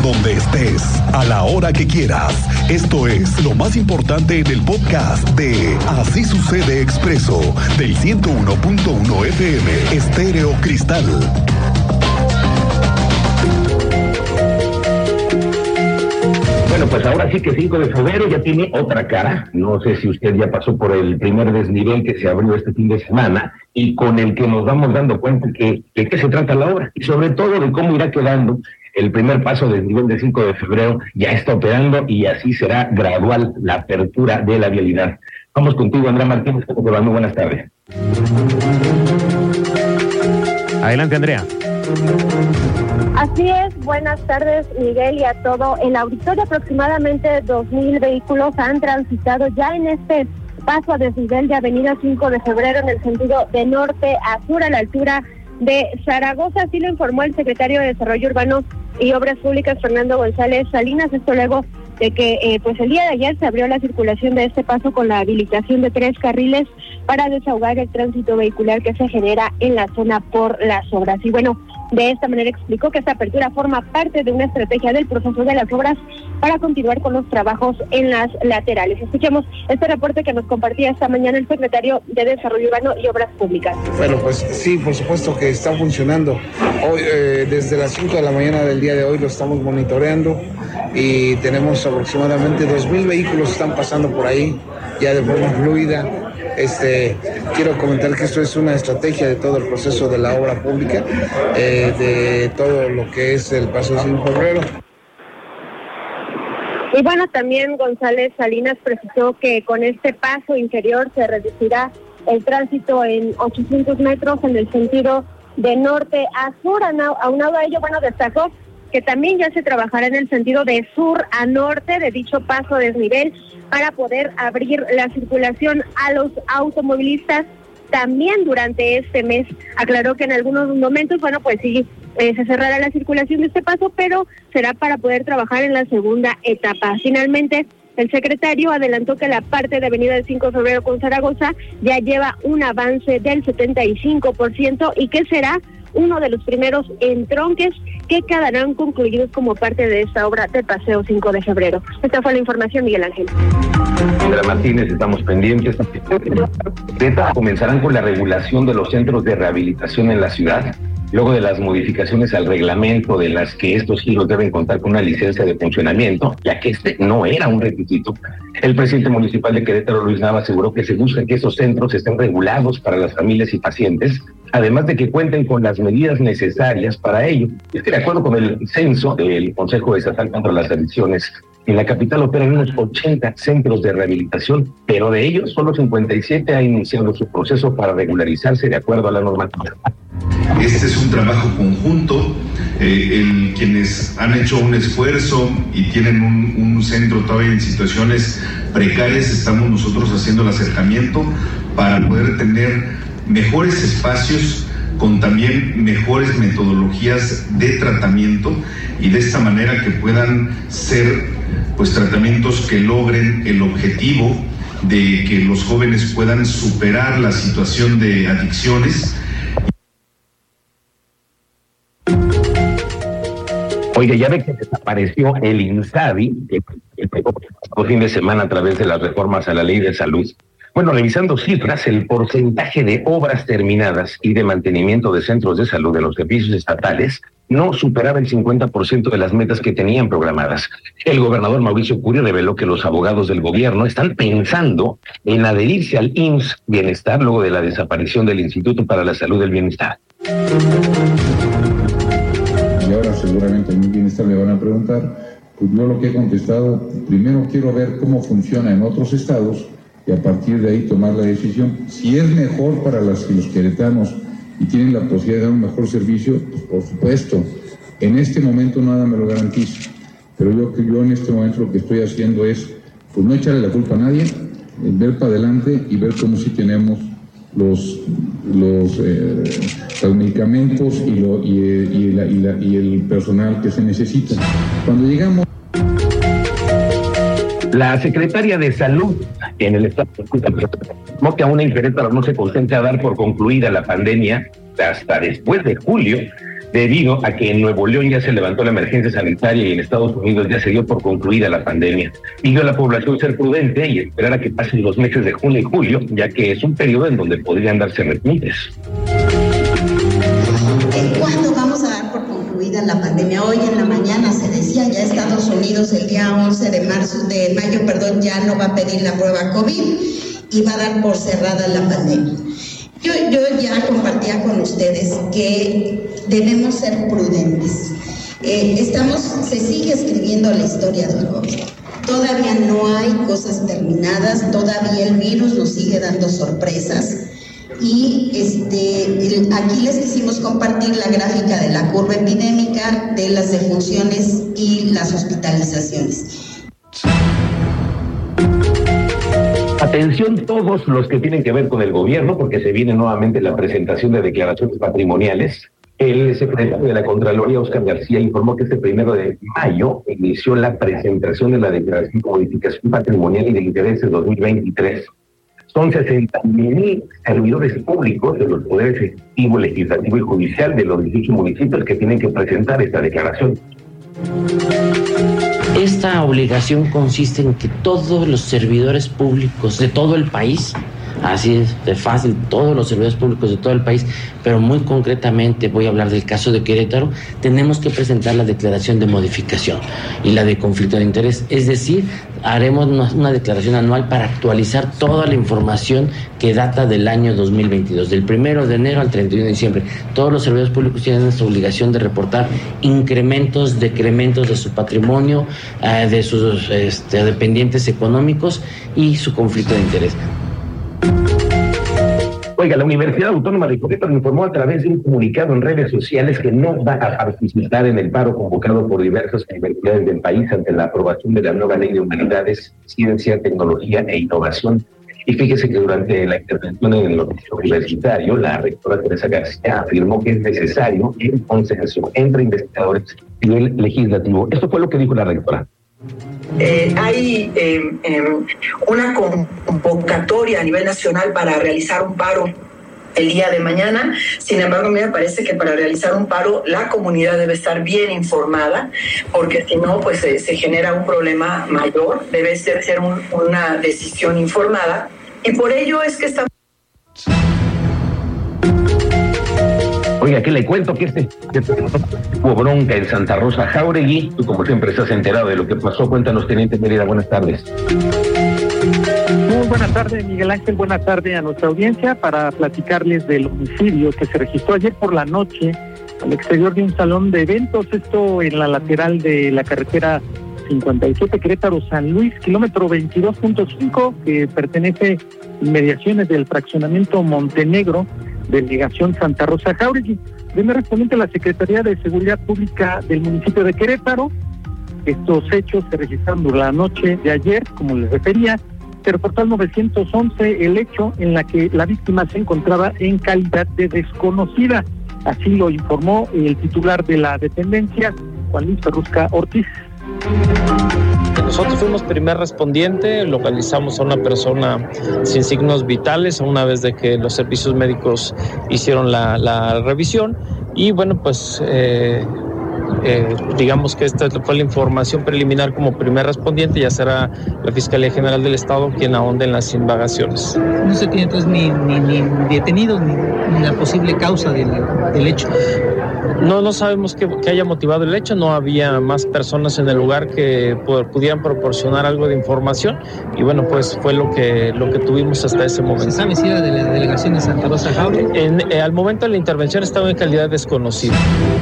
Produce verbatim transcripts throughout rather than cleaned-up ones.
donde estés, a la hora que quieras. Esto es lo más importante en el podcast de Así Sucede Expreso, del ciento uno punto uno F M, Estéreo Cristal. Bueno, pues ahora sí que cinco de febrero ya tiene otra cara. No sé si usted ya pasó por el primer desnivel que se abrió este fin de semana y con el que nos vamos dando cuenta que, de qué se trata la obra y sobre todo de cómo irá quedando. El primer paso del nivel de cinco de febrero ya está operando y así será gradual la apertura de la vialidad. Vamos contigo, Andrea Martínez. ¿Cómo te va? Muy buenas tardes. Adelante, Andrea. Así es, buenas tardes, Miguel, y a todo el auditorio. Aproximadamente dos mil vehículos han transitado ya en este paso a desnivel de Avenida cinco de febrero en el sentido de norte a sur a la altura de Zaragoza. Así lo informó el secretario de Desarrollo Urbano y Obras Públicas, Fernando González Salinas. Esto luego de que eh, pues el día de ayer se abrió la circulación de este paso con la habilitación de tres carriles para desahogar el tránsito vehicular que se genera en la zona por las obras. Y bueno, de esta manera explicó que esta apertura forma parte de una estrategia del proceso de las obras para continuar con los trabajos en las laterales. Escuchemos este reporte que nos compartía esta mañana el secretario de Desarrollo Urbano y Obras Públicas. Bueno, pues sí, por supuesto que está funcionando. Hoy, eh, desde las cinco de la mañana del día de hoy lo estamos monitoreando y tenemos aproximadamente dos mil vehículos que están pasando por ahí ya de forma fluida. Este, quiero comentar que esto es una estrategia de todo el proceso de la obra pública, eh, de todo lo que es el paso cinco de febrero. Y bueno, también González Salinas precisó que con este paso inferior se reducirá el tránsito en ochocientos metros en el sentido de norte a sur. Aunado a ello, bueno, destacó que también ya se trabajará en el sentido de sur a norte de dicho paso desnivel para poder abrir la circulación a los automovilistas también durante este mes. Aclaró que en algunos momentos, bueno, pues sí, eh, se cerrará la circulación de este paso, pero será para poder trabajar en la segunda etapa. Finalmente, el secretario adelantó que la parte de Avenida del cinco de febrero con Zaragoza ya lleva un avance del setenta y cinco por ciento y que será uno de los primeros entronques que quedarán concluidos como parte de esta obra de Paseo cinco de febrero. Esta fue la información, Miguel Ángel. Andrea Martínez, estamos pendientes. Comenzarán con la regulación de los centros de rehabilitación en la ciudad, luego de las modificaciones al reglamento de las que estos giros deben contar con una licencia de funcionamiento, ya que este no era un requisito. El presidente municipal de Querétaro, Luis Nava, aseguró que se busca que esos centros estén regulados para las familias y pacientes, además de que cuenten con las medidas necesarias para ello. Es que de acuerdo con el censo del Consejo Estatal contra las Adicciones, en la capital operan unos ochenta centros de rehabilitación, pero de ellos solo cincuenta y siete han iniciado su proceso para regularizarse de acuerdo a la normativa. Este es un trabajo conjunto, eh, el, quienes han hecho un esfuerzo y tienen un, un centro todavía en situaciones precarias, estamos nosotros haciendo el acercamiento para poder tener mejores espacios con también mejores metodologías de tratamiento y de esta manera que puedan ser pues tratamientos que logren el objetivo de que los jóvenes puedan superar la situación de adicciones. Oiga, ya ve que desapareció el INSABI, que pegó el fin de semana a través de las reformas a la ley de salud. Bueno, revisando cifras, el porcentaje de obras terminadas y de mantenimiento de centros de salud de los servicios estatales no superaba el cincuenta por ciento de las metas que tenían programadas. El gobernador Mauricio Curi reveló que los abogados del gobierno están pensando en adherirse al I M S S Bienestar luego de la desaparición del Instituto para la Salud del Bienestar. Y ahora seguramente en el bienestar me van a preguntar, pues yo lo que he contestado, primero quiero ver cómo funciona en otros estados y a partir de ahí tomar la decisión. Si es mejor para las, los queretanos y tienen la posibilidad de dar un mejor servicio, pues por supuesto, en este momento nada me lo garantizo, pero yo, yo en este momento lo que estoy haciendo es, pues no echarle la culpa a nadie, ver para adelante y ver cómo sí tenemos los los, eh, los medicamentos y, lo, y, y, la, y, la, y el personal que se necesita. Cuando llegamos... La secretaria de Salud en el estado afirmó que aún en Querétaro no se contenta a dar por concluida la pandemia hasta después de julio, debido a que en Nuevo León ya se levantó la emergencia sanitaria y en Estados Unidos ya se dio por concluida la pandemia. Pidió a la población ser prudente y esperar a que pasen los meses de junio y julio, ya que es un periodo en donde podrían darse repuntes. ¿Cuándo vamos a dar por concluida la pandemia? Hoy en la mañana se decía, ya Estados Unidos el día once de marzo, de mayo, perdón, ya no va a pedir la prueba COVID y va a dar por cerrada la pandemia. Yo, yo ya compartía con ustedes que debemos ser prudentes. Eh, estamos, se sigue escribiendo la historia del COVID. Todavía no hay cosas terminadas, todavía el virus nos sigue dando sorpresas. Y este, el, aquí les quisimos compartir la gráfica de la curva epidémica, de las defunciones y las hospitalizaciones. Atención todos los que tienen que ver con el gobierno, porque se viene nuevamente la presentación de declaraciones patrimoniales. El secretario de la Contraloría, Óscar García, informó que este primero de mayo inició la presentación de la declaración de modificación patrimonial y de intereses dos mil veintitrés. Son sesenta mil servidores públicos de los poderes ejecutivo, legislativo y judicial de los dieciocho municipios que tienen que presentar esta declaración. Esta obligación consiste en que todos los servidores públicos de todo el país, así es de fácil, todos los servidores públicos de todo el país, pero muy concretamente voy a hablar del caso de Querétaro, tenemos que presentar la declaración de modificación y la de conflicto de interés, es decir, haremos una, una declaración anual para actualizar toda la información que data del año dos mil veintidós, del primero de enero al treinta y uno de diciembre. Todos los servidores públicos tienen esta obligación de reportar incrementos, decrementos de su patrimonio, eh, de sus este, dependientes económicos y su conflicto de interés. Oiga, la Universidad Autónoma de Querétaro informó a través de un comunicado en redes sociales que no va a participar en el paro convocado por diversas universidades del país ante la aprobación de la nueva Ley de Humanidades, Ciencia, Tecnología e Innovación. Y fíjese que durante la intervención en el noticiero universitario, la rectora Teresa García afirmó que es necesario el consenso entre investigadores a nivel legislativo. Esto fue lo que dijo la rectora. Eh, hay eh, eh, una convocatoria a nivel nacional para realizar un paro el día de mañana. Sin embargo, a mí me parece que para realizar un paro la comunidad debe estar bien informada, porque si no, pues eh, se genera un problema mayor. Debe ser, ser un, una decisión informada, y por ello es que estamos... Oiga, ¿qué le cuento? Que este, este hubo bronca en Santa Rosa Jáuregui. Tú, como siempre, estás enterado de lo que pasó. Cuéntanos, Teniente Mérida, buenas tardes. Muy buenas tardes, Miguel Ángel. Buenas tardes a nuestra audiencia para platicarles del homicidio que se registró ayer por la noche al exterior de un salón de eventos. Esto en la lateral de la carretera cincuenta y siete Querétaro-San Luis, kilómetro veintidós punto cinco, que pertenece a inmediaciones del fraccionamiento Montenegro, delegación Santa Rosa Jáuregui. Primer respondiente, la Secretaría de Seguridad Pública del municipio de Querétaro. Estos hechos se registraron durante la noche de ayer, como les refería. Se reportó al nueve once el hecho en la que la víctima se encontraba en calidad de desconocida. Así lo informó el titular de la dependencia, Juan Luis Ferrusca Ortiz. Nosotros fuimos primer respondiente, localizamos a una persona sin signos vitales una vez de que los servicios médicos hicieron la, la revisión, y bueno, pues eh, eh, digamos que esta fue la información preliminar. Como primer respondiente ya será la Fiscalía General del Estado quien ahonde en las indagaciones. No se tiene entonces ni, ni, ni detenidos ni, ni la posible causa del, del hecho. No, no sabemos qué, qué haya motivado el hecho. No había más personas en el lugar que pudieran proporcionar algo de información, y bueno, pues fue lo que lo que tuvimos hasta ese momento. ¿Se sabe si era de la delegación de Santa Rosa Jáuregui? En, eh, al momento de la intervención estaba en calidad desconocida.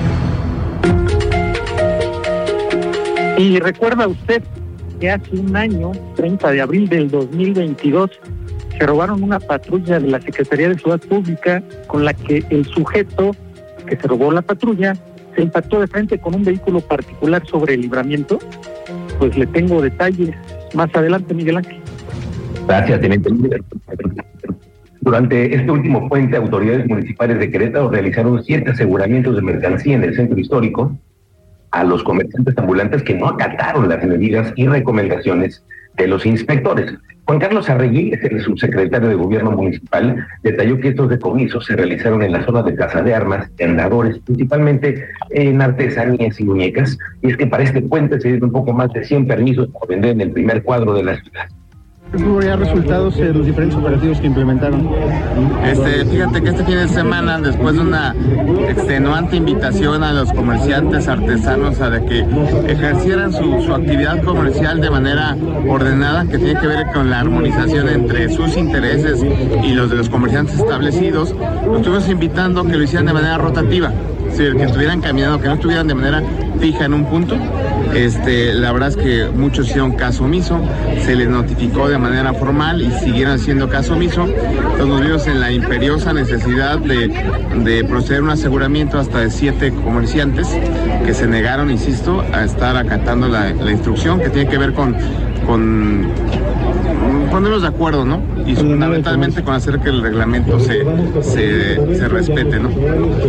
Y recuerda usted que hace un año, treinta de abril del dos mil veintidós, se robaron una patrulla de la Secretaría de Seguridad Pública, con la que el sujeto que se robó la patrulla se impactó de frente con un vehículo particular sobre el Libramiento. Pues le tengo detalles más adelante, Miguel Ángel. Gracias, Teniente. Durante este último puente, autoridades municipales de Querétaro realizaron siete aseguramientos de mercancía en el centro histórico a los comerciantes ambulantes que no acataron las medidas y recomendaciones de los inspectores. Juan Carlos Arregui, el subsecretario de Gobierno Municipal, detalló que estos decomisos se realizaron en la zona de Casa de Armas, de andadores, principalmente en artesanías y muñecas, y es que para este puente se dieron un poco más de cien permisos para vender en el primer cuadro de la ciudad. ¿Hubo ya resultados de los diferentes operativos que implementaron? Este, fíjate que este fin de semana, después de una extenuante invitación a los comerciantes artesanos a de que ejercieran su, su actividad comercial de manera ordenada, que tiene que ver con la armonización entre sus intereses y los de los comerciantes establecidos, los estuvimos invitando a que lo hicieran de manera rotativa, es decir, que estuvieran caminando, que no estuvieran de manera fija en un punto. Este, la verdad es que muchos hicieron caso omiso, se les notificó de manera formal y siguieron haciendo caso omiso. Entonces nos vimos en la imperiosa necesidad de, de proceder a un aseguramiento hasta de siete comerciantes que se negaron, insisto, a estar acatando la, la instrucción que tiene que ver con, con ponernos de acuerdo, ¿no? Y fundamentalmente con hacer que el reglamento se, se, se respete, ¿no?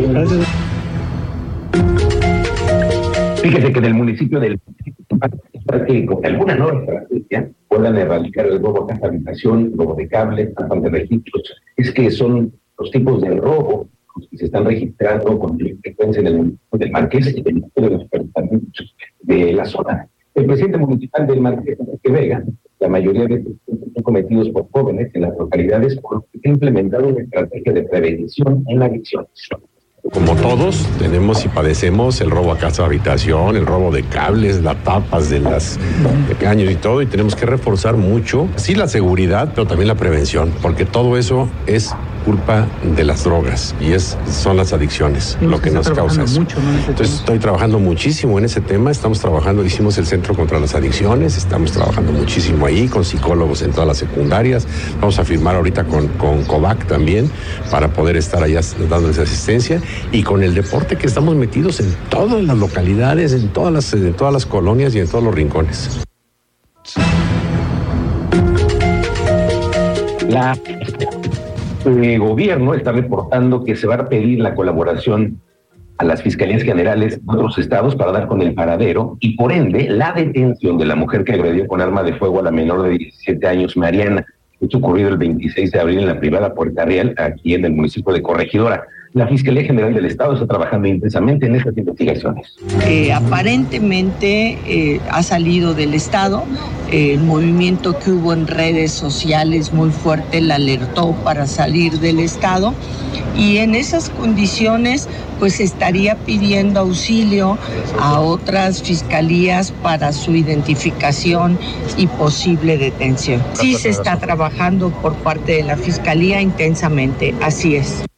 Fíjese que en el municipio del para que con alguna nueva estrategia puedan erradicar el robo a casa habitación, el robo de cables, tapas de registros. Es que son los tipos de robo que se están registrando con frecuencia en el municipio del Marqués y del municipio de los departamentos de la zona. El presidente municipal del Marqués, Enrique Vega, la mayoría de estos son cometidos por jóvenes en las localidades, por lo que se ha implementado una estrategia de prevención en adicciones. Como todos, tenemos y padecemos el robo a casa habitación, el robo de cables, las tapas de las de caños y todo, y tenemos que reforzar mucho, sí, la seguridad, pero también la prevención, porque todo eso es culpa de las drogas y es son las adicciones lo que nos causa eso. Mucho, ¿no? Entonces estoy trabajando muchísimo en ese tema, estamos trabajando, hicimos el Centro contra las Adicciones, estamos trabajando muchísimo ahí con psicólogos en todas las secundarias, vamos a firmar ahorita con, con COVAC también para poder estar allá dándoles asistencia, y con el deporte que estamos metidos en todas las localidades, en todas las, en todas las colonias y en todos los rincones. La El gobierno está reportando que se va a pedir la colaboración a las fiscalías generales de otros estados para dar con el paradero y, por ende, la detención de la mujer que agredió con arma de fuego a la menor de diecisiete años, Mariana. Esto ocurrido el veintiséis de abril en la privada Puerta Real, aquí en el municipio de Corregidora. La Fiscalía General del Estado está trabajando intensamente en estas investigaciones. Eh, aparentemente eh, ha salido del Estado, eh, el movimiento que hubo en redes sociales muy fuerte la alertó para salir del Estado, y en esas condiciones pues estaría pidiendo auxilio a otras fiscalías para su identificación y posible detención. Sí se está trabajando por parte de la Fiscalía intensamente, así es.